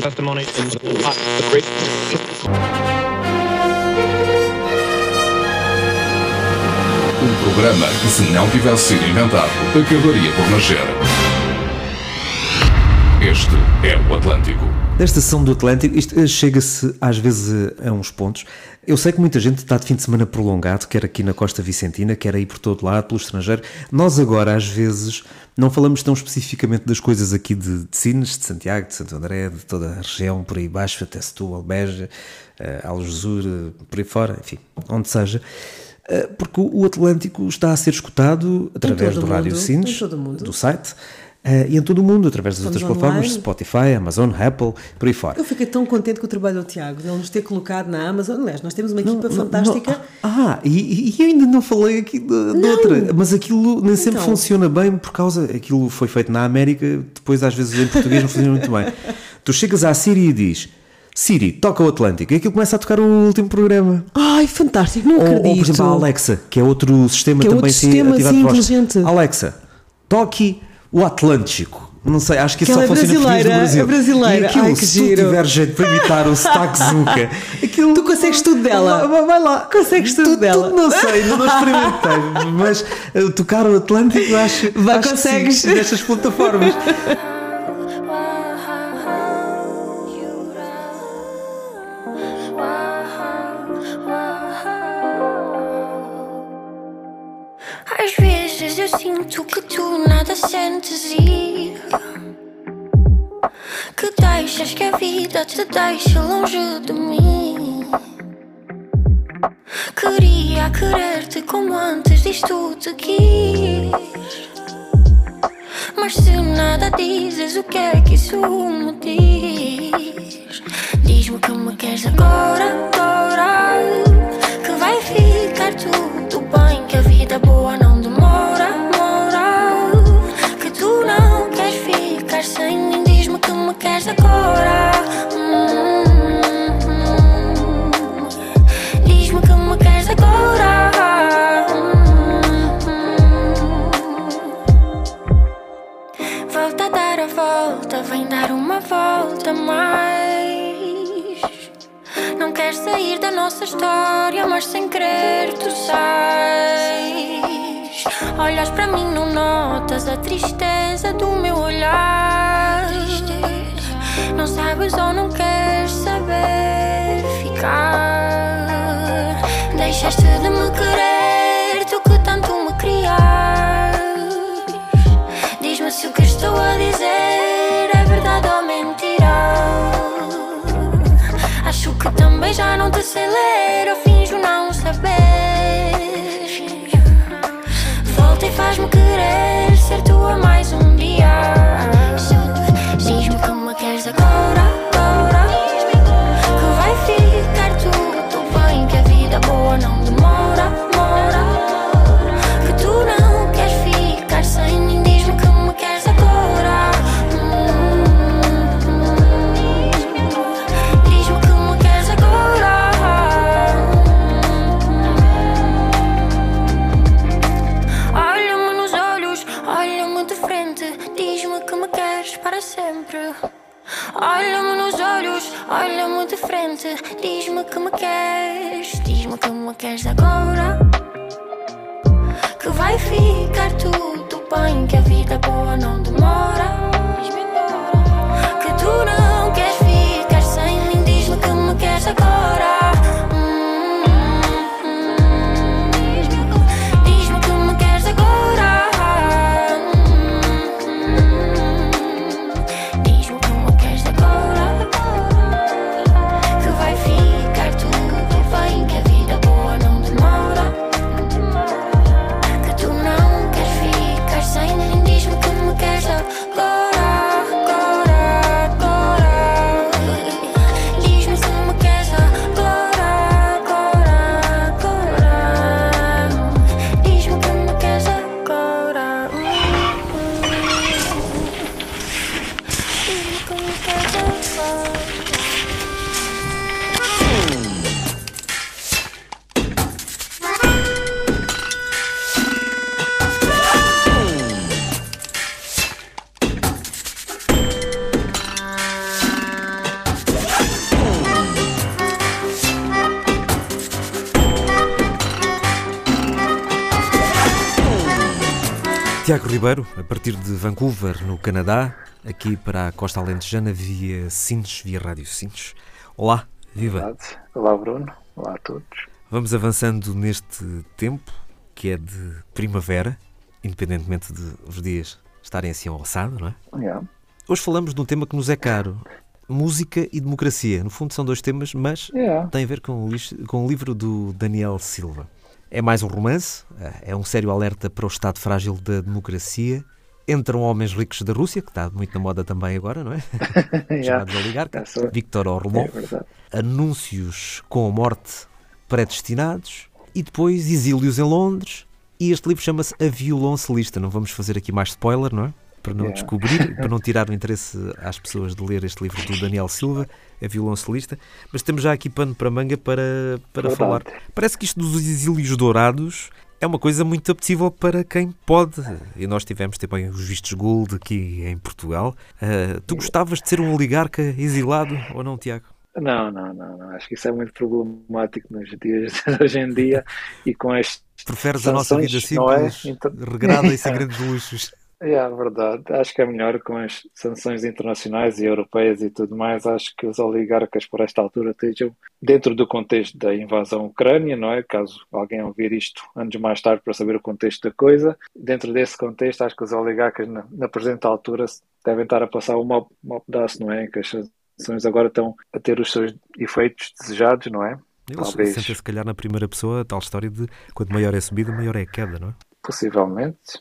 testimony in the great. Um programa que, se não tivesse sido inventado, acabaria por nascer. Este é o Atlântico. Desta sessão do Atlântico, isto chega-se às vezes a uns pontos. Eu sei que muita gente está de fim de semana prolongado, quer aqui na Costa Vicentina, quer aí por todo lado, pelo estrangeiro. Nós agora, às vezes, não falamos tão especificamente das coisas aqui de Sines, de Santiago, de Santo André, de toda a região, por aí baixo, até Setúbal, Beja, Algesur, por aí fora, enfim, onde seja. Porque o Atlântico está a ser escutado através do Rádio Sines, do site, e em todo o mundo, através das outras plataformas, Spotify, Amazon, Apple, por aí fora. Eu fiquei tão contente com o trabalho do Tiago, ele nos ter colocado na Amazon. Aliás, nós temos uma equipa fantástica. E eu ainda não falei aqui de outra, mas aquilo nem sempre funciona bem por causa, aquilo foi feito na América, depois às vezes em português não funciona muito bem. Tu chegas à Siri e diz: Siri, toca o Atlântico, e aquilo começa a tocar o último programa. Ai, fantástico, não acredito. Ou por exemplo, a Alexa, que é outro sistema também ativado por voz. Alexa, toque o Atlântico. Não sei, acho que isso só funciona em português do Brasil. É brasileira. E aquilo, ai, que se giro. tu tiver jeito para imitar o sotaque Zuka, aquilo... Tu consegues tudo dela. Vai lá. Consegues tudo dela. Tudo não sei, não experimentei, mas tocar o Atlântico acho consegues. que sim, destas plataformas. Às vezes eu sinto que tu nada sentes e que deixas que a vida te deixe longe de mim. Queria querer-te como antes disto te quis, mas se nada dizes, o que é que isso me diz? Diz-me que me queres agora, que vai ficar tudo bem, que a vida boa não demora, que tu não queres ficar sem mim. Diz-me que me queres agora. Diz-me que me queres agora. Volta a dar a volta, vem dar uma volta mais. Não queres sair da nossa história, mas sem querer tu sais. Olhas para mim, não notas a tristeza do meu olhar. Não sabes ou não queres saber ficar. Deixaste de me querer, tu que tanto me querias. Diz-me se o que estou a dizer é verdade ou mentira. Acho que também já não te sei ler, eu finjo não saber. Volta e faz-me querer ser tua mais um dia. Diz-me que me queres agora, que vai ficar tudo bem, que a vida boa não demora, que tu não queres ficar sem mim. Diz-me que me queres agora. Diz-me que me queres agora. Olha-me nos olhos, olha-me de frente. Diz-me que me queres para sempre. Olha-me nos olhos, olha-me de frente. Diz-me que me queres. Diz-me que me queres agora, que vai ficar tudo bem, que a vida boa não demora, que tu não queres ficar sem mim. Diz-me que me queres agora. Diz-me que me queres agora. Diz-me que me queres agora, que vai ficar tudo bem, que a vida boa não demora, que tu não queres ficar sem mim. Diz-me que me queres agora. Tiago Ribeiro, a partir de Vancouver, no Canadá, aqui para a Costa Alentejana, via Sines, via Rádio Sines. Olá, viva! Olá, Bruno. Olá a todos. Vamos avançando neste tempo, que é de primavera, independentemente de os dias estarem assim ao alçado, não é? Yeah. Hoje falamos de um tema que nos é caro. Música e democracia. No fundo são dois temas, mas tem a ver com o livro do Daniel Silva. É mais um romance, é um sério alerta para o estado frágil da democracia. Entram homens ricos da Rússia, que está muito na moda também agora, não é? Chamados oligarcas. Victor Orlov. Anúncios com a morte predestinados. E depois exílios em Londres. E este livro chama-se A Violoncelista. Não vamos fazer aqui mais spoiler, não é? Para não descobrir, para não tirar o interesse às pessoas de ler este livro do Daniel Silva, A Violoncelista, mas temos já aqui pano para manga para falar. Parece que isto dos exílios dourados é uma coisa muito apetecível para quem pode, e nós tivemos também os vistos gold aqui em Portugal. Tu gostavas de ser um oligarca exilado ou não, Tiago? Não. Acho que isso é muito problemático nos dias de hoje em dia e com as Preferes a nossa vida simples, regrada e sem grandes luxos? É verdade. Acho que é melhor com as sanções internacionais e europeias e tudo mais. Acho que os oligarcas, por esta altura, estejam dentro do contexto da invasão à Ucrânia, não é? Caso alguém ouvir isto anos mais tarde para saber o contexto da coisa. Dentro desse contexto, acho que os oligarcas, na presente altura, devem estar a passar um mau pedaço, não é? Que as sanções agora estão a ter os seus efeitos desejados, não é? Eles sentem, se calhar, na primeira pessoa a tal história de quanto maior é a subida, maior é a queda, não é? Possivelmente.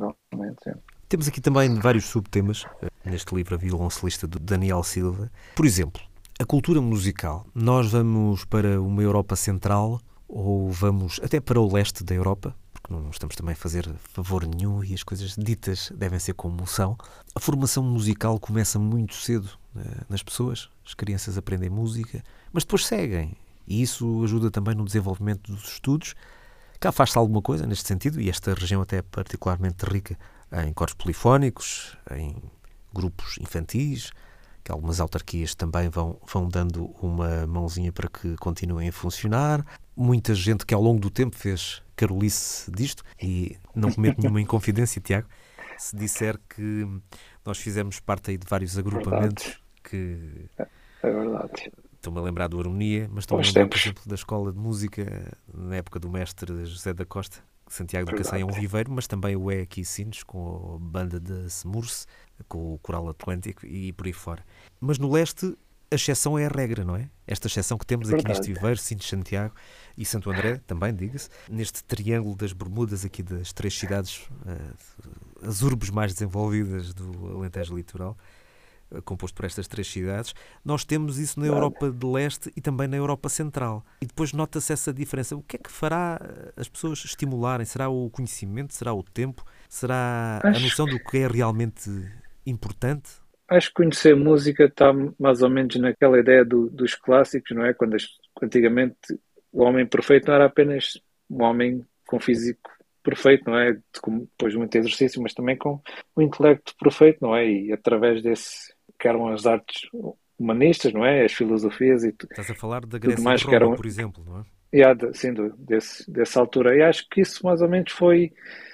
Temos aqui também vários subtemas neste livro A Violoncelista, do Daniel Silva. Por exemplo, a cultura musical. Nós vamos para uma Europa Central ou vamos até para o leste da Europa, porque não estamos também a fazer favor nenhum e as coisas ditas devem ser como são. A formação musical começa muito cedo nas pessoas. As crianças aprendem música, mas depois seguem. E isso ajuda também no desenvolvimento dos estudos. Cá faz-se alguma coisa neste sentido, e esta região até é particularmente rica em coros polifónicos, em grupos infantis, que algumas autarquias também vão dando uma mãozinha para que continuem a funcionar. Muita gente que ao longo do tempo fez carolice disto, e não cometo nenhuma inconfidência, Tiago, se disser que nós fizemos parte aí de vários agrupamentos que... É verdade. Estou-me a lembrar do Harmonia, mas estou-me a lembrar, por exemplo, da escola de música na época do mestre José da Costa. Santiago do Cacém é um viveiro, mas também o é aqui Sines, com a banda de Semurse, com o Coral Atlântico e por aí fora. Mas no leste a exceção é a regra, não é? Esta exceção que temos aqui neste viveiro, Sines, Santiago e Santo André, também, diga-se, neste triângulo das Bermudas, aqui das três cidades, as urbes mais desenvolvidas do Alentejo Litoral, composto por estas três cidades, nós temos isso na Europa de Leste e também na Europa Central. E depois nota-se essa diferença. O que é que fará as pessoas estimularem? Será o conhecimento? Será o tempo? Será a noção do que é realmente importante? Acho que conhecer música está mais ou menos naquela ideia dos clássicos, não é? Quando antigamente o homem perfeito não era apenas um homem com físico perfeito, não é? Depois de muito exercício, mas também com o intelecto perfeito, não é? E através desse que eram as artes humanistas, não é? As filosofias e tudo. Estás a falar da Grécia mais, de Roma, por exemplo, não é? Sim, dessa altura. E acho que isso mais ou menos foi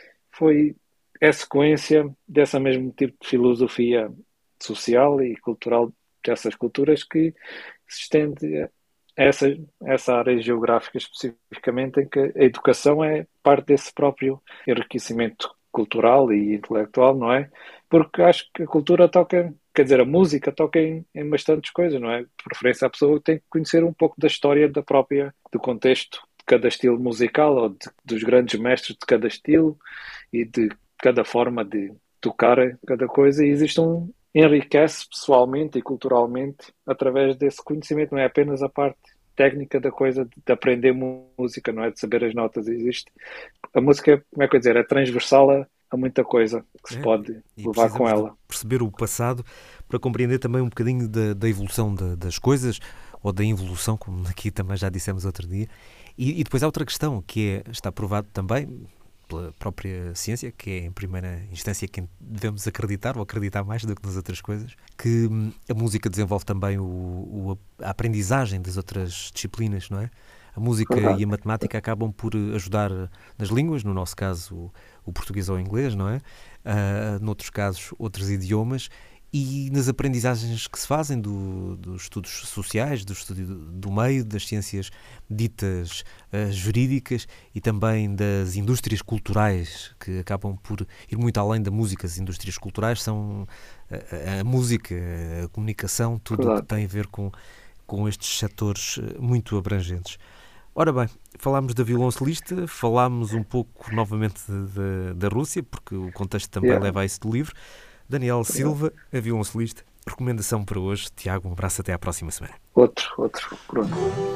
a sequência dessa mesmo tipo de filosofia social e cultural dessas culturas que se estende a essa área geográfica especificamente, em que a educação é parte desse próprio enriquecimento cultural e intelectual, não é? Porque acho que a cultura toca, quer dizer, a música toca em bastantes coisas, não é? De preferência, a pessoa tem que conhecer um pouco da história do contexto de cada estilo musical, ou dos grandes mestres de cada estilo e de cada forma de tocar cada coisa, e enriquece pessoalmente e culturalmente através desse conhecimento, não é apenas a parte técnica da coisa de aprender música, não é? De saber as notas. A música, como é que eu dizer, é transversal a muita coisa que se pode levar com ela. Perceber o passado para compreender também um bocadinho da evolução das coisas, ou da involução, como aqui também já dissemos outro dia. E depois há outra questão, que está provado também pela própria ciência, que é em primeira instância quem devemos acreditar, ou acreditar mais do que nas outras coisas, que a música desenvolve também a aprendizagem das outras disciplinas, não é? A música Verdade. e a matemática acabam por ajudar nas línguas, no nosso caso o português ou o inglês, não é? Noutros casos, outros idiomas, e nas aprendizagens que se fazem dos estudos sociais, do estudo do meio, das ciências ditas jurídicas e também das indústrias culturais, que acabam por ir muito além da música. As indústrias culturais são a música, a comunicação, tudo o que tem a ver com estes setores muito abrangentes. Ora bem, falámos da violoncelista, falámos um pouco novamente da Rússia, porque o contexto também leva a isso do livro. Daniel Silva, a violoncelista. Recomendação para hoje. Tiago, um abraço, até à próxima semana. Outro, pronto.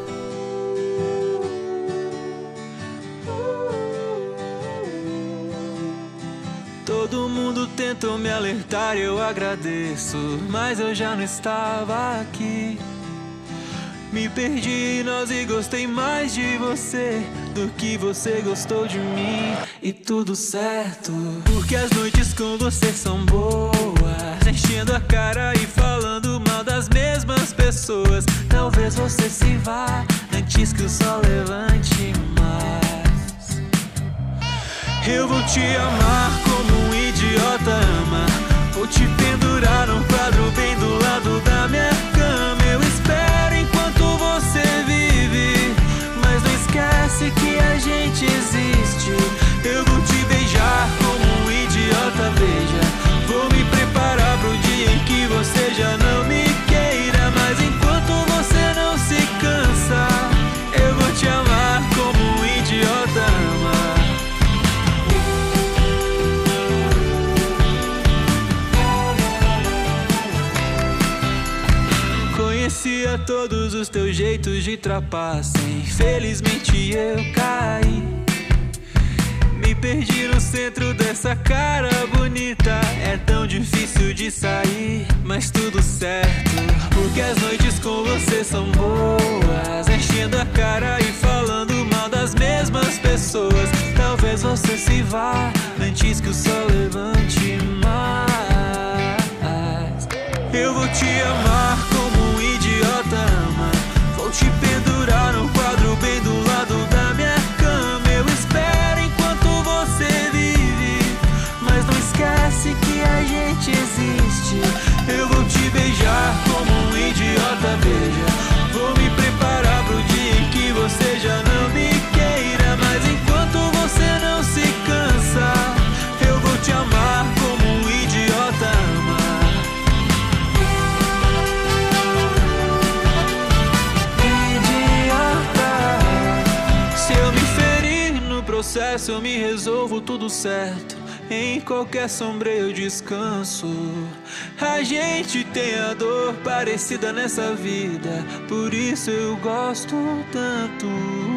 Todo mundo tentou me alertar, eu agradeço, mas eu já não estava aqui. Me perdi em nós e gostei mais de você do que você gostou de mim. E tudo certo, porque as noites com você são boas, enchendo a cara e falando mal das mesmas pessoas. Talvez você se vá antes que o sol levante mais. Eu vou te amar como um idiota ama. Vou te pendurar num quadro bem do lado da minha cama. Eu espero enquanto você vive, mas não esquece que a gente existe. Eu vou te beijar como um idiota, veja. Vou me preparar pro dia em que você já não me queira, mas enquanto você não se cansa, eu vou te amar como um idiota ama. Conhecia todos os teus jeitos de trapaça, infelizmente eu caí. Me perdi no centro dessa cara bonita, é tão difícil de sair, mas tudo certo, porque as noites com você são boas, enchendo a cara e falando mal das mesmas pessoas. Talvez você se vá antes que o sol levante mais. Eu vou te amar como um idiota ama. Vou te pendurar num quadro bem do lado da minha cama. Eu espero enquanto você vive, mas não esquece que a gente existe. Eu vou te beijar como um idiota, veja. Vou me preparar pro dia em que você já não me queira, mas enquanto você não se cansa, eu vou te amar como um idiota ama. Processo eu me resolvo tudo certo. Em qualquer sombra eu descanso. A gente tem a dor parecida nessa vida, por isso eu gosto tanto.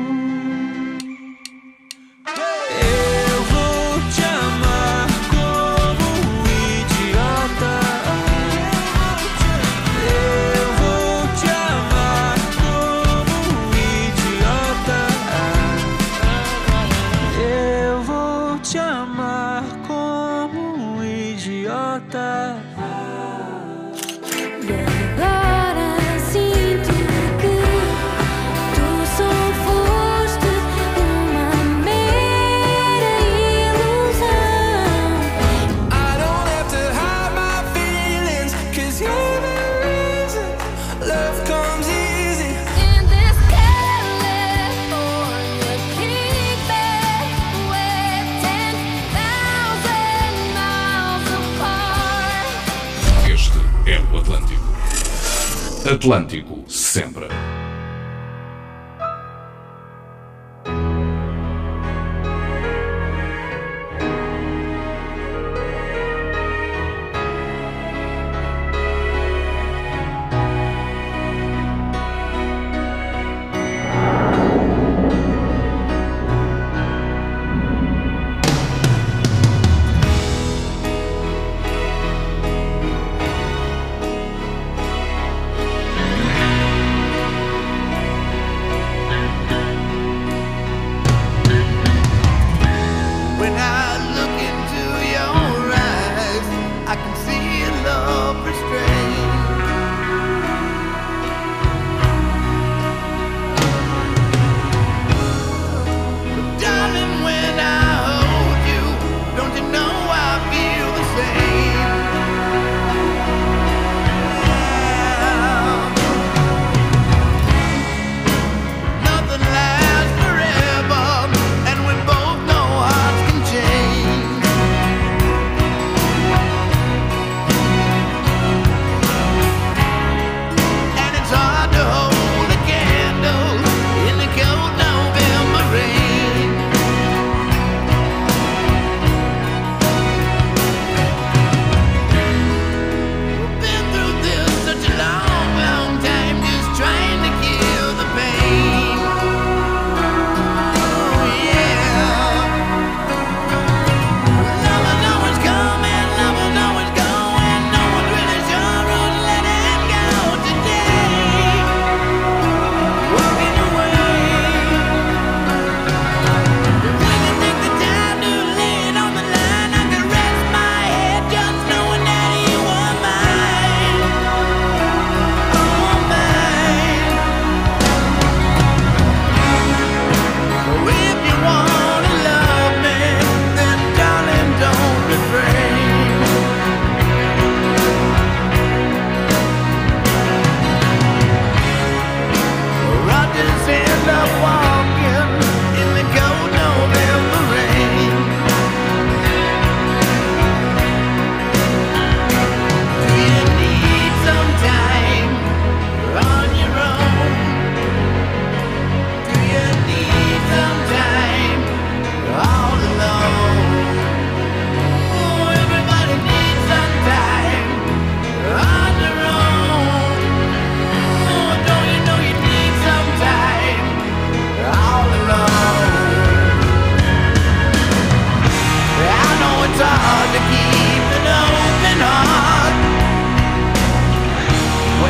Eu vou te amar como um idiota. Eu vou te amar como um idiota. Eu vou te amar como um idiota. Agora sinto que tu só foste uma mera ilusão. I don't have to hide my feelings, 'cause you're the reason love comes easy. In this California kickback, we're 10,000 miles apart. Este é o Atlântico. Atlântico sempre.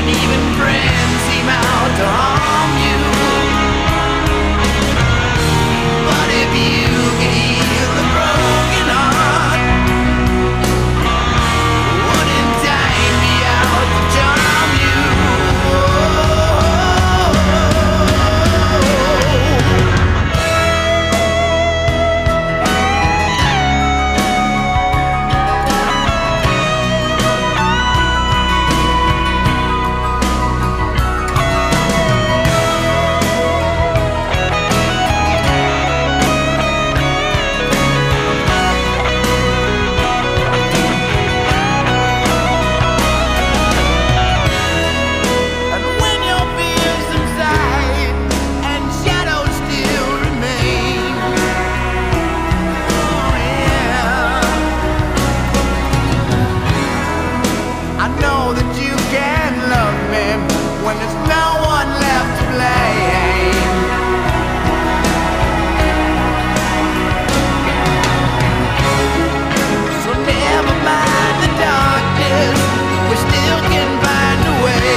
even friends seem out to harm you. But if you can heal a broken heart, wouldn't time be out to charm you? And when your fears subside and shadows still remain, oh yeah, I know that you can love me when there's no one left to blame. So never mind the darkness, we still can find a way.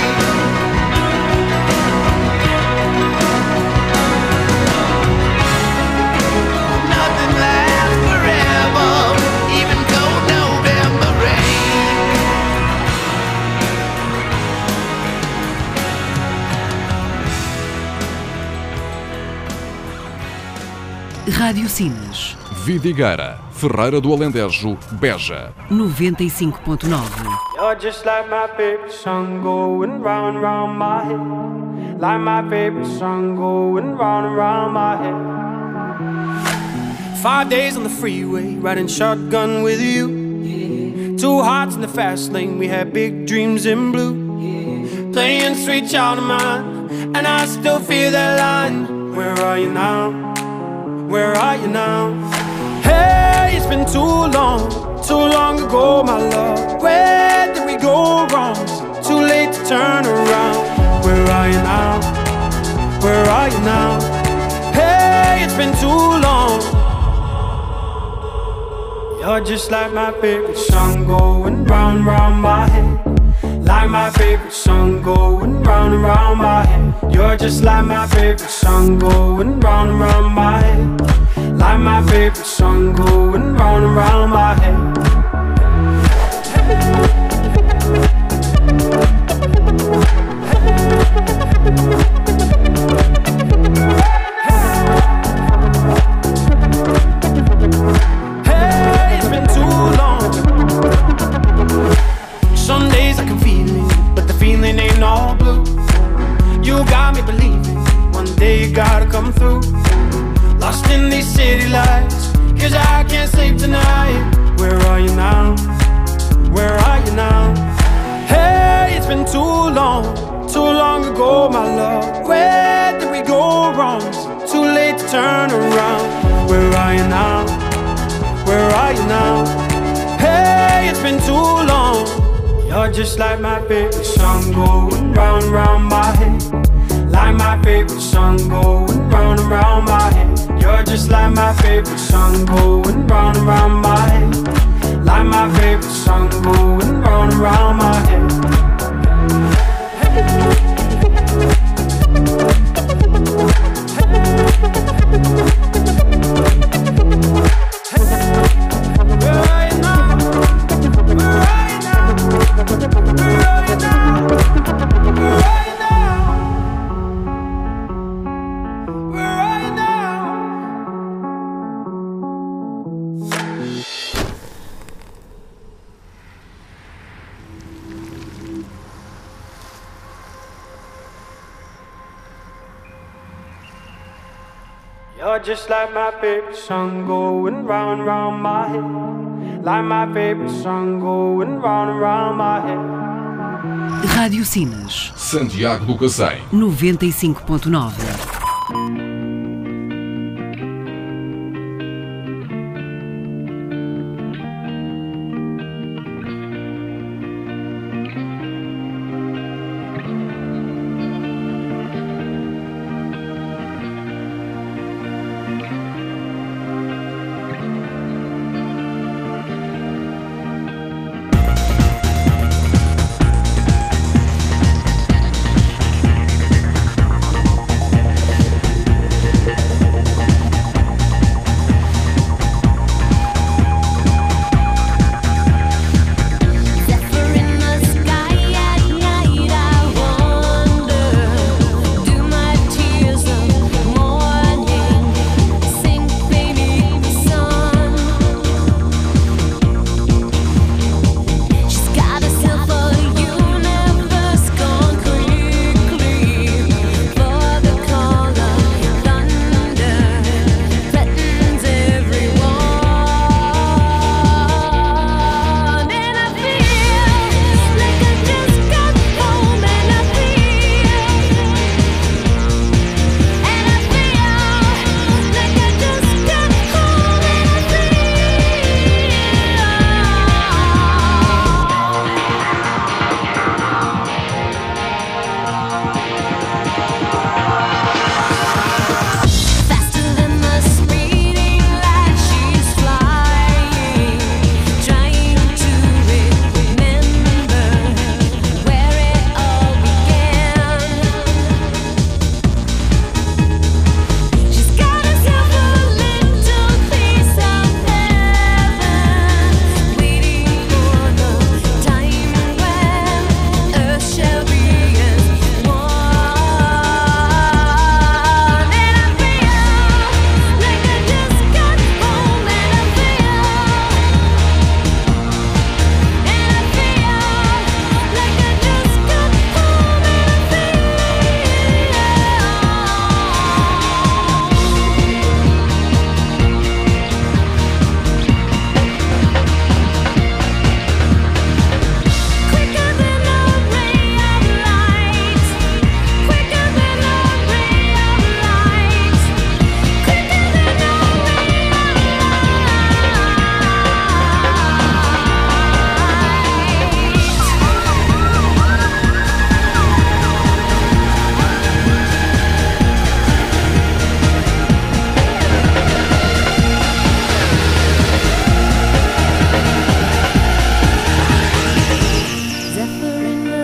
Nothing lasts forever, even cold November rain. Rádio Sinas, Vidigueira, Ferreira do Alentejo, Beja. 95.9. You're just like my favorite song going round and round my head. Like my favorite song going round and round my head. 5 days on the freeway, riding shotgun with you. 2 hearts in the fast lane, we had big dreams in blue. Playing Sweet Child of Mine, and I still feel that line. Where are you now? Where are you now? Hey, it's been too long ago, my love. Where did we go wrong? Too late to turn around. Where are you now? Where are you now? Hey, it's been too long. You're just like my favorite song going round and round my head. Like my favorite song going round and round my head. You're just like my favorite song going round and round my head. Like my favorite song going round and round my head. Hey, it's been too long. Some days I can feel it, but the feeling ain't all blue. You got me believing one day you gotta come through. Lost in these city lights, 'cause I can't sleep tonight. Where are you now? Where are you now? Hey, it's been too long ago, my love. Where did we go wrong? Too late to turn around. Where are you now? Where are you now? Hey, it's been too long. You're just like my favorite song going round and round my head. Like my favorite song going round and round my head. You're just like my favorite song going round and round my head. Like my favorite song going round and round my head. Where are you now? Where are you now? Where are you now? Where are you now? Where are you now? You're just like my favorite song going round and round my head. Like my favorite song going round and round my head. Rádio Sinas, Santiago do Cacém. 95.9.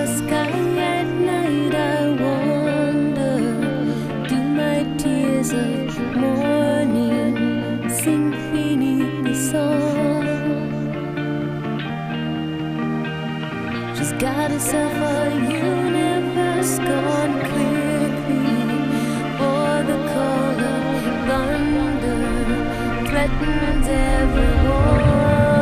the sky at night, I wonder, do my tears of morning sink beneath the sun? She's got herself a universe gone quickly, for the call of thunder threatens everyone.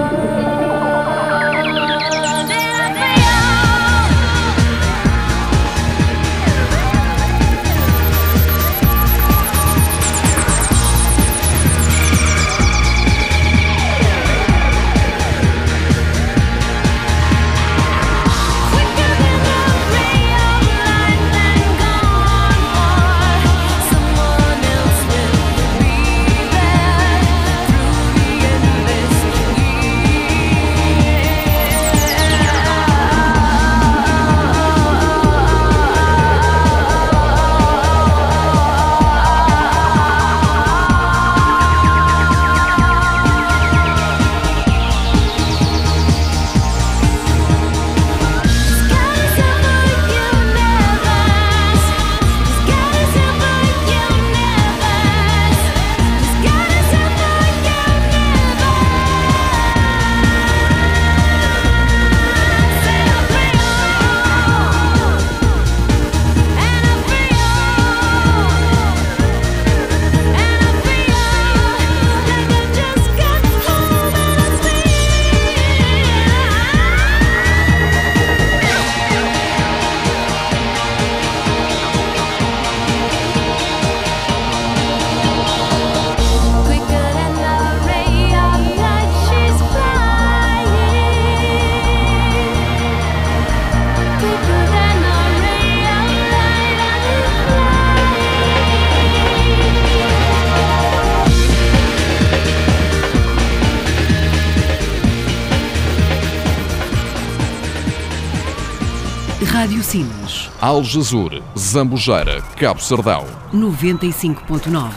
Rádio Sinas. Algesur, Zambujeira, Cabo Sardão. 95.9.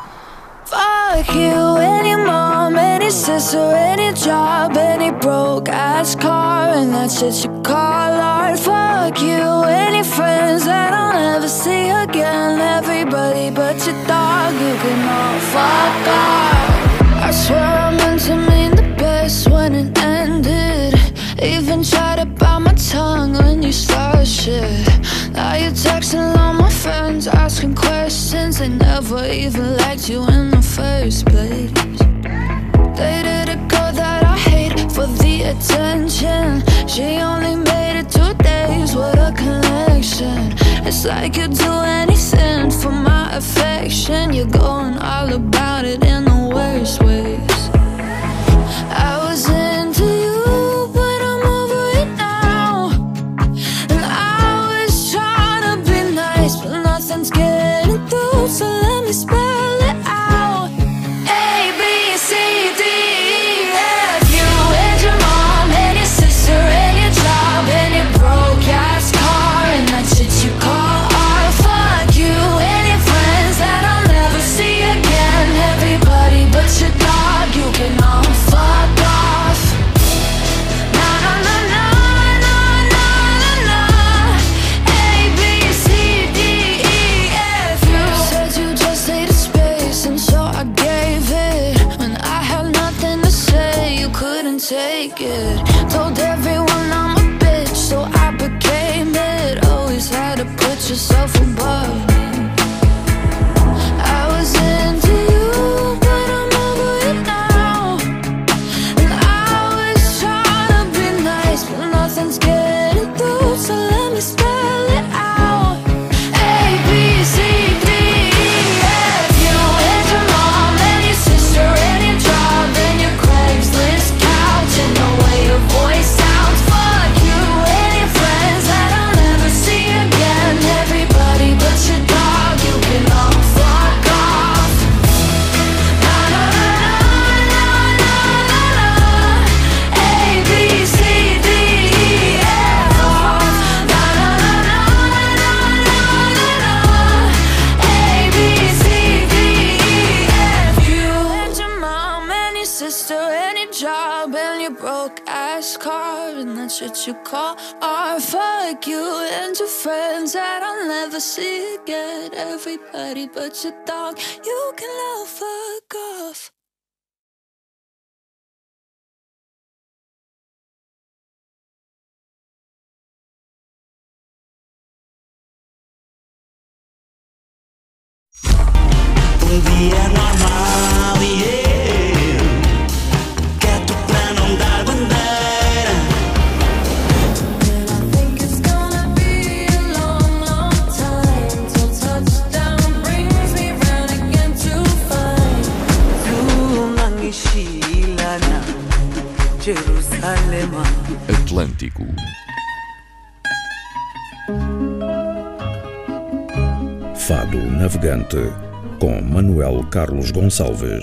Fuck you, any mom, any sister, any job, any broke-ass car, and that shit you call art. Fuck you, any friends that I'll never see again, everybody but your dog, you can all fuck off. I swear I meant to mean the best when it ended. Even tried to bite my tongue when you started shit. Now you're texting all my friends, asking questions. They never even liked you in the first place. Dated a girl that I hate for the attention. She only made it 2 days, what a connection. It's like you'd do anything for my affection. You're going all about it in the worst ways. I was into you, but I'm over it now. And I was trying to be nice, but nothing's getting through, so let me spell it out. A, B, C, D, E, F. You and your mom and your sister and your job and your broke-ass car and that shit you call art. Fuck you and your friends that I'll never see again. Everybody but your dog, you can all fuck off. Na na na na na na na na. A, B, C, D, E, F. You said you just needed space, and so I gave it. When I had nothing to say, you couldn't take it. Told everyone I'm a bitch, so I became it. Always had to put yourself above me. I was into you, but I'm over it now. And I was trying to be nice, but nothing's getting through, so let me spell it out. A, B, C, D, E, F. You and your mom and your sister and your job and your Craigslist couch and the way your voice sounds. Fuck you and your friends that I'll never see again. Everybody but your dog. that's what you call art. Fuck you and your friends that I'll never see again. Everybody but your dog, you can love, fuck off. Dia normal e eu quieto pra não dar bandeira. And I think it's gonna be a long, long time till touchdown brings me round again to find Lunangishilana Jerusalema. Atlântico. Fado Navegante, com Manuel Carlos Gonçalves.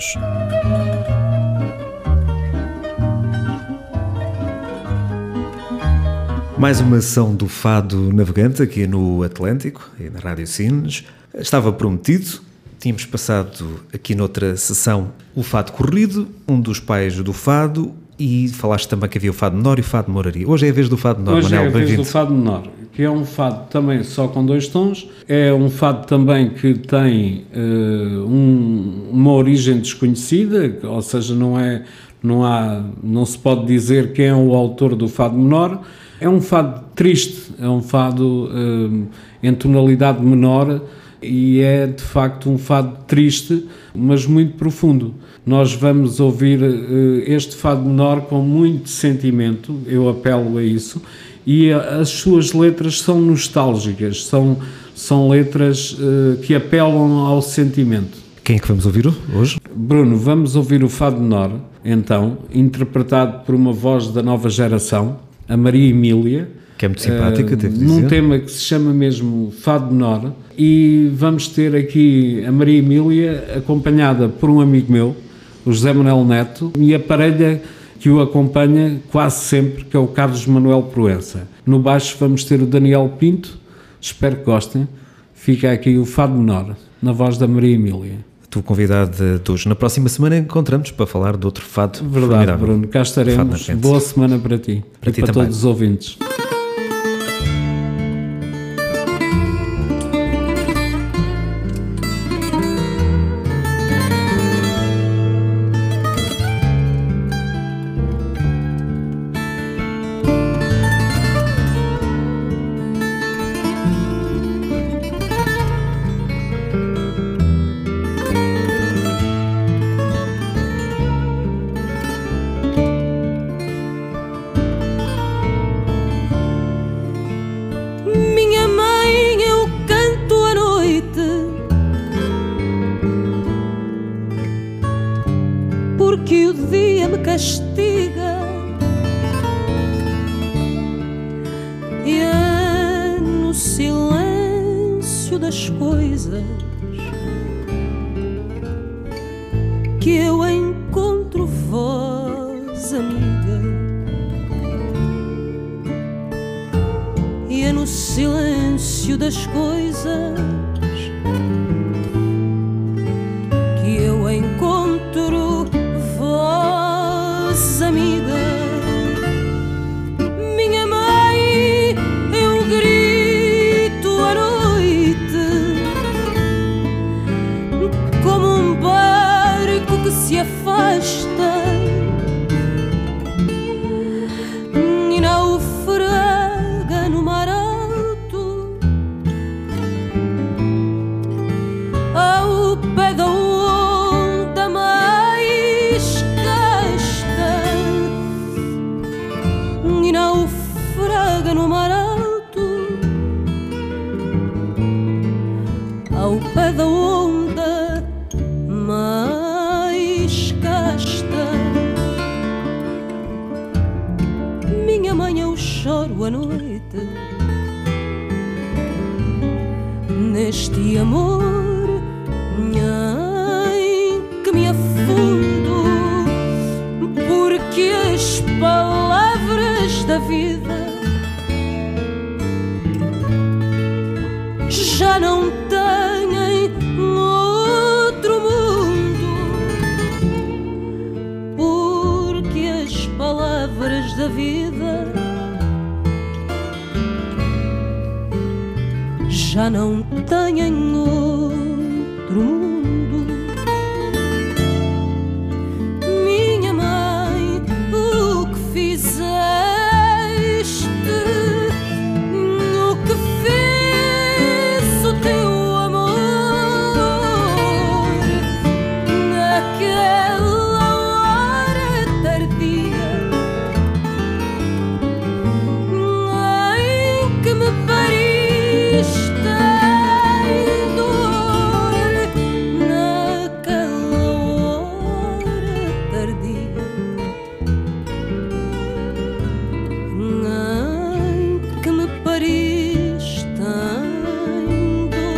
Mais uma ação do Fado Navegante aqui no Atlântico e na Rádio Sines. Estava prometido, tínhamos passado aqui noutra sessão o Fado Corrido, um dos pais do Fado, e falaste também que havia o Fado Menor e o Fado Moraria. Hoje é a vez do Fado Menor, Hoje Manel, é a vez bem-vindo. do Fado Menor, que é um fado também só com 2 tons. É um fado também que tem uma origem desconhecida, ou seja, não se pode dizer quem é o autor do Fado Menor. É um fado triste, é um fado em tonalidade menor e é de facto um fado triste, mas muito profundo. Nós vamos ouvir este fado menor com muito sentimento, eu apelo a isso, e as suas letras são nostálgicas, são letras que apelam ao sentimento. Quem é que vamos ouvir hoje? Bruno, vamos ouvir o Fado Menor, então, interpretado por uma voz da nova geração, a Maria Emília. Que é muito simpática, devo dizer. Num tema que se chama mesmo Fado Menor, e vamos ter aqui a Maria Emília acompanhada por um amigo meu, o José Manuel Neto, e a parelha que o acompanha quase sempre, que é o Carlos Manuel Proença. No baixo vamos ter o Daniel Pinto, espero que gostem. Fica aqui o Fado Menor, na voz da Maria Emília. Tu convidado de hoje. Na próxima semana encontramos para falar de outro fado. Verdade, formidável. Bruno, cá estaremos. Boa semana para ti para e ti para também. todos os ouvintes. porque o dia me castiga e é no silêncio das coisas que eu encontro voz amiga, e é no silêncio das coisas que eu encontro voz amiga. Minha mãe, eu grito à noite como um barco que se afasta e naufraga no mar alto, ao pé da onda mais casta, e naufraga no mar alto, ao pé da onda mais casta. Minha mãe, eu choro à noite neste amor em que me afundo, porque as palavras da vida já não têm outro mundo, porque as palavras da vida já não têm outro mundo. Minha mãe, o que fizeste, o que fez o teu amor naquela hora tardia em que me pariste em dor, naquela hora tardia em que me pariste em dor.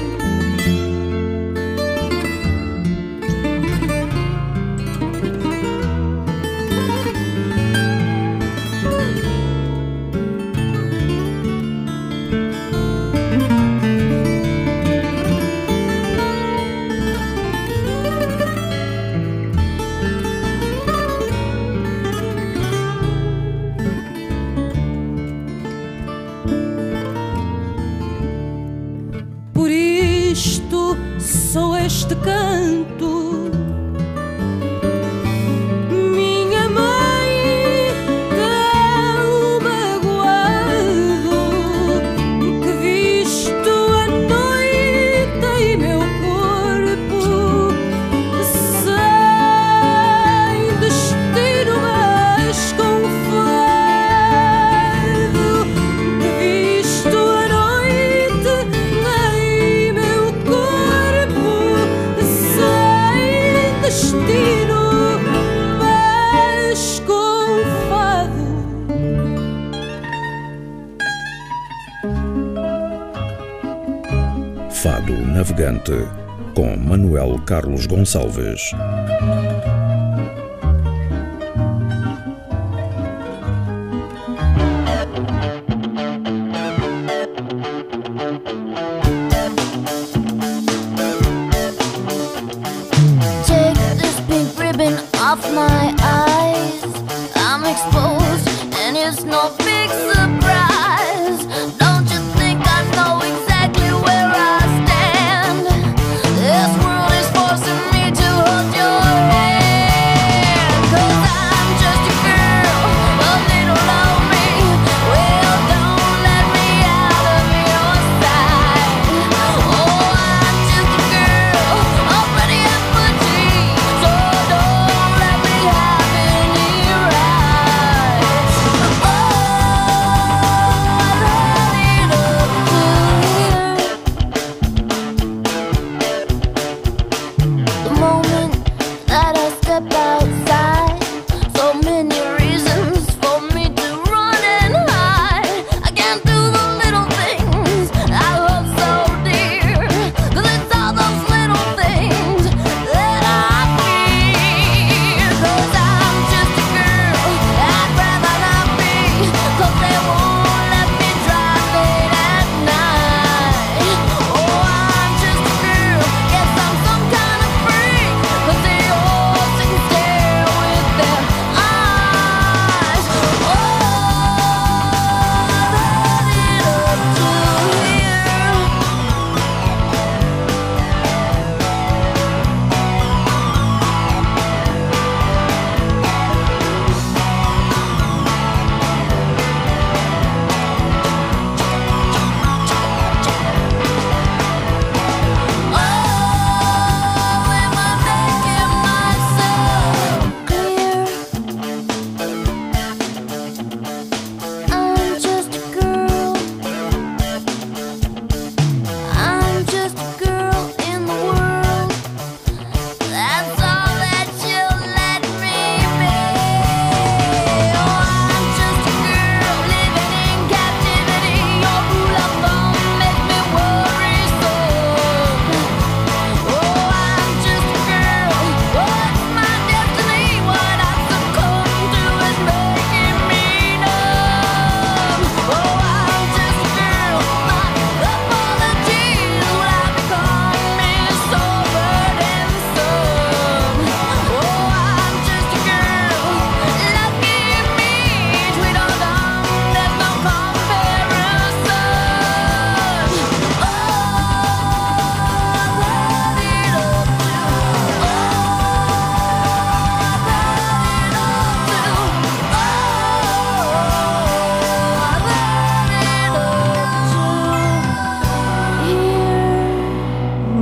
Por isto sou este canto, minha mãe, tão magoado que visto a noite em meu corpo, sem destino mas com fado, que visto a noite em meu corpo, sem destino mas com fado. Fado Navegante, com Manuel Carlos Gonçalves. Take this pink ribbon off my eyes. I'm exposed and it's no big surprise. Don't you think I know exactly where I stand? This world is forcing me to hold your hand.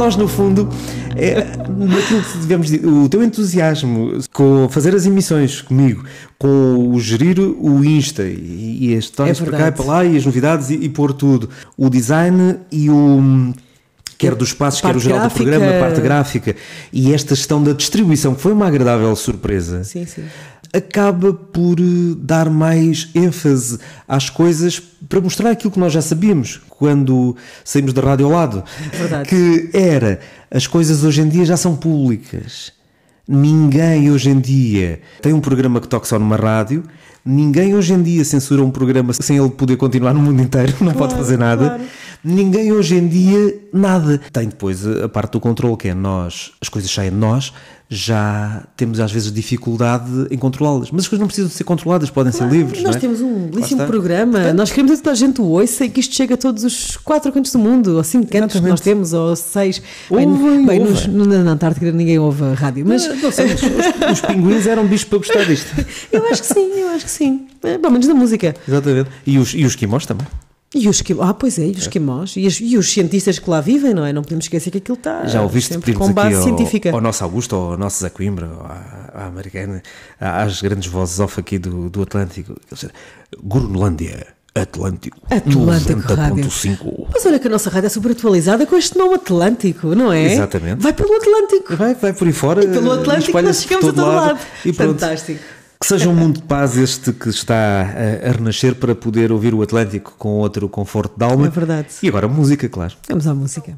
nós no fundo, naquilo que devemos dizer, o teu entusiasmo com fazer as emissões comigo, com o gerir o Insta e as histórias para cá e para lá e as novidades e pôr tudo, o design e o... quer dos passos, quer o geral do programa, a parte gráfica e esta gestão da distribuição, que foi uma agradável surpresa, sim, sim, acaba por dar mais ênfase às coisas para mostrar aquilo que nós já sabíamos quando saímos da rádio ao lado. Verdade. Que era, as coisas hoje em dia já são públicas. Ninguém hoje em dia tem um programa que toque só numa rádio, ninguém hoje em dia censura um programa sem ele poder continuar no mundo inteiro, não pode fazer nada. Claro. Ninguém hoje em dia, nada. Tem depois a parte do controle, que é nós, as coisas saem de nós, já temos às vezes dificuldade em controlá-las. Mas as coisas não precisam de ser controladas, podem ser livres. Nós não é? temos um belíssimo programa, nós queremos que toda a gente o ouça e que isto chegue a todos os 4 cantos do mundo, ou 5 cantos que nós temos, ou 6. Na Antártida ninguém ouve a rádio, mas... Não sei, os pinguins eram bichos para gostar disto. Eu acho que sim. Pelo menos da música. Exatamente. E os esquimós também. E os esquimós, pois é, e os esquimós, e os cientistas que lá vivem, não é? Não podemos esquecer que aquilo está já ouviste sempre com base científica. Ao nosso Augusto, ao nosso Zé Coimbra, à americana, às grandes vozes off aqui do Atlântico. Gurunlândia, Atlântico 90.5. Mas olha que a nossa rádio é super atualizada com este nome Atlântico, não é? Exatamente. Vai pelo Atlântico. Vai por aí fora. E pelo Atlântico nós chegamos a todo lado. E pronto. Fantástico. Que seja um mundo de paz este que está a renascer para poder ouvir o Atlântico com outro conforto de alma. É verdade. E agora música, claro. Vamos à música.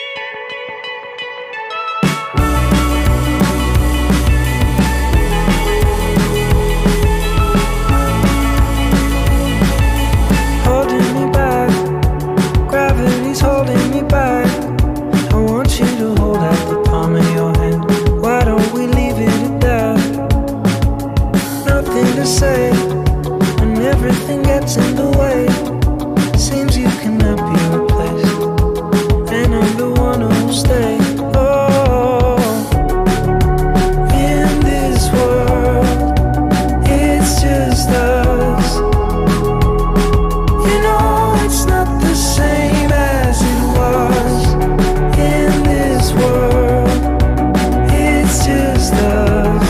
Holding me back, gravity's holding me back. I want you to hold out the palm of your hand. Why don't we leave it at that? Nothing to say when everything gets in the way. Seems you cannot be replaced, and I'm the one who'll stay. Oh, in this world, it's just us. You know it's not the same as it was. In this world, it's just us.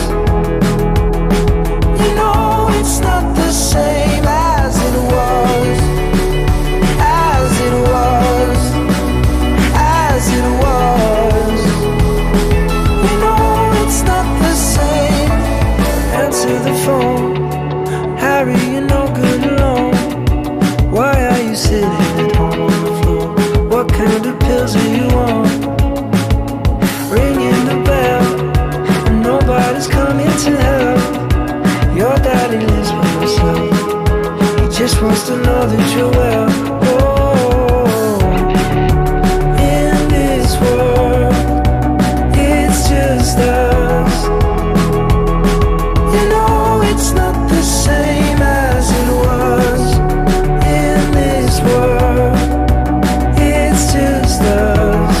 You know it's not the same as it was, as it was, as it was. You know it's not the same. Answer the phone, Harry, you're no good alone. Why are you sitting at home on the floor? What kind of pills are you on? Ringing the bell, and nobody's coming to help. Your daddy lives by himself. He just wants to know that you're well. Oh, in this world, it's just us. You know it's not the same as it was. In this world, it's just us.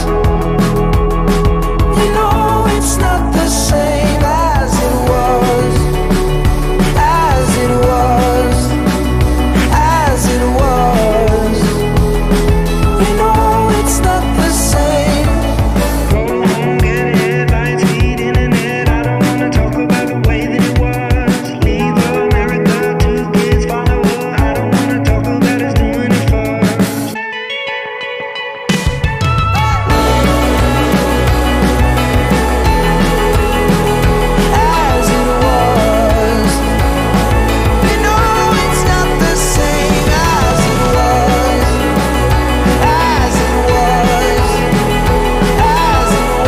You know it's not the same as it was, as it was, as it was. You know it's not the same. Go home, get headlines, feed internet. I don't wanna talk about the way that it was. Leave America, 2 kids follow her. I don't wanna talk about us doing it first. As it was. You know it's not the same as it was, as it was, as it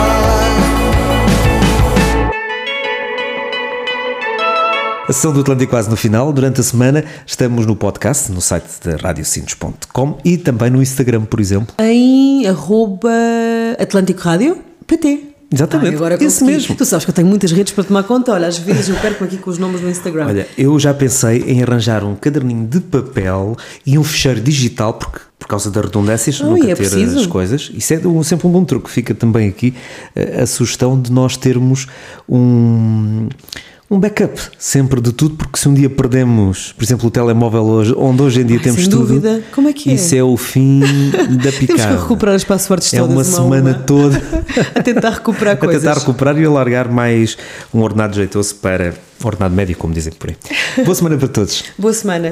was. A sessão do Atlântico quase no final. Durante a semana estamos no podcast, no site da radiosintos.com e também no Instagram, por exemplo. Em @Atlântico Rádio PT. Exatamente, agora esse consegui. mesmo. Tu sabes que eu tenho muitas redes para tomar conta. Olha, às vezes eu perco aqui com os nomes do Instagram. Olha, eu já pensei em arranjar um caderninho de papel e um ficheiro digital, porque por causa das redundâncias, nunca é ter preciso. as coisas. Isso é sempre um bom truque. Fica também aqui a sugestão de nós termos um Um backup, sempre de tudo, porque se um dia perdemos, por exemplo, o telemóvel hoje, onde hoje em dia temos sem tudo, dúvida. Como é que é? Isso é o fim da picada. Temos que recuperar as passwords É todas. uma semana toda a tentar recuperar coisas. A tentar recuperar e alargar mais um ordenado jeitoso para ordenado médio, como dizem por aí. Boa semana para todos. Boa semana.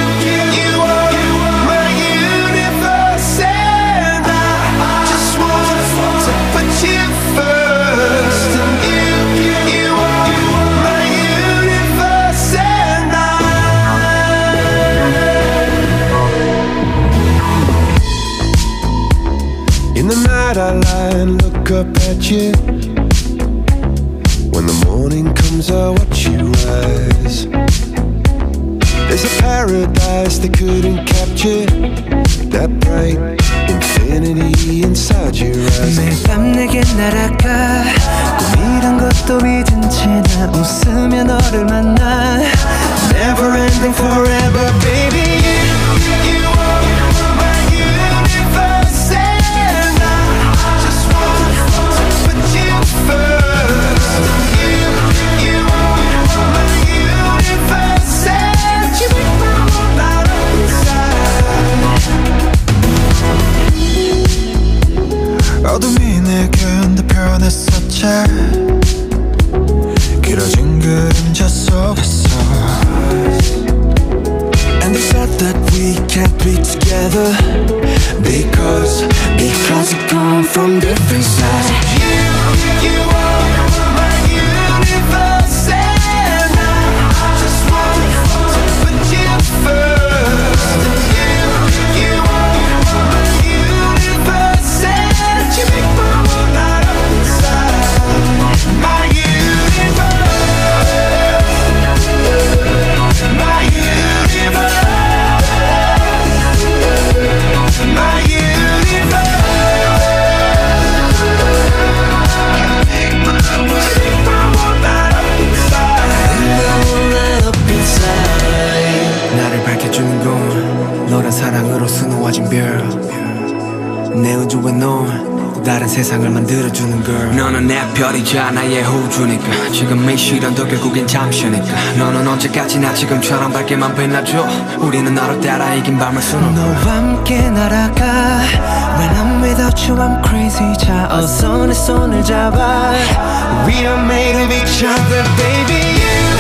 In the night I lie and look up at you. When the morning comes I watch you rise. There's a paradise they couldn't capture. That bright infinity inside your eyes. 매일 밤 내게 날아가 꿈이란 것도 잊은 채 나 웃으며 너를 만나. Never ending forever baby. You are my universe and I just want to put you first. You are my universe and you make my world light up inside. 어둠이 내게 흔들펴냈었지. 길어진 그림자 속에서 And they said that we can't be together Because we come from different sides. You are my universe and I just want to put you first. You are my universe and you make my world light up inside. My universe, my universe, my universe. Make my world light up inside. 나를 밝혀주는 건 너란 사랑으로 수놓아진 별. 내 우주에 넌 또 다른 세상을 만들어주는 걸. 너는 내 별이자 나의 호주니까 지금의 시련도 결국엔 잠시니까. 너는 언제까지나 지금처럼 밝게만 빛나줘. 우리는 너를 따라 이긴 밤을 수놓고 너와 함께 날아가. When I'm without you I'm crazy. 자 어서 내 손을 잡아. We are made of each other baby.